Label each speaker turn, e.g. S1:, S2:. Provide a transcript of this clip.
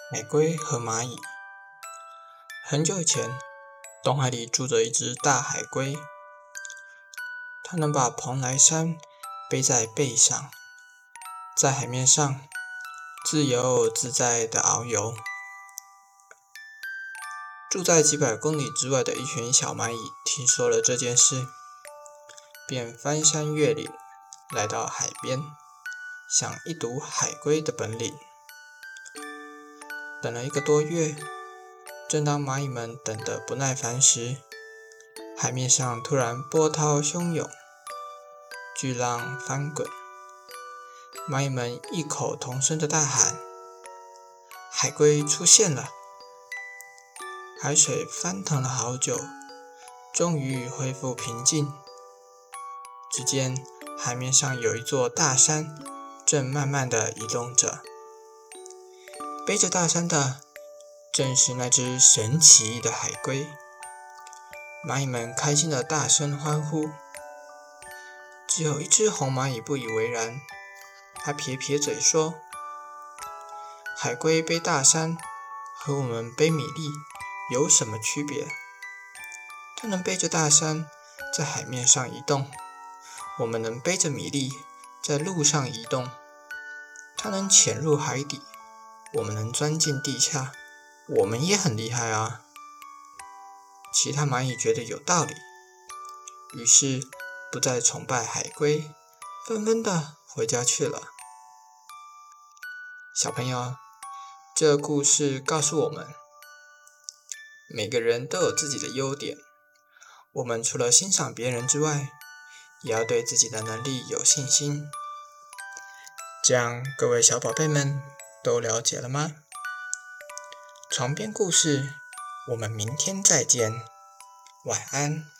S1: 海龟和蚂蚁。很久以前，东海里住着一只大海龟，它能把蓬莱山背在背上，在海面上自由自在地遨游。住在几百公里之外的一群小蚂蚁听说了这件事，便翻山越岭来到海边，想一睹海龟的本领。等了1个多月，正当蚂蚁们等得不耐烦时，海面上突然波涛汹涌，巨浪翻滚，蚂蚁们异口同声地大喊：海龟出现了！海水翻腾了好久，终于恢复平静。只见海面上有一座大山正慢慢地移动着，背着大山的正是那只神奇的海龟。蚂蚁们开心地大声欢呼，只有一只红蚂蚁不以为然，它撇撇嘴说：海龟背大山和我们背米粒有什么区别？它能背着大山在海面上移动，我们能背着米粒在路上移动。它能潜入海底，我们能钻进地下，我们也很厉害啊！其他蚂蚁觉得有道理，于是不再崇拜海龟，纷纷的回家去了。小朋友，这故事告诉我们，每个人都有自己的优点，我们除了欣赏别人之外，也要对自己的能力有信心。这样，各位小宝贝们都了解了吗？床边故事，我们明天再见，晚安。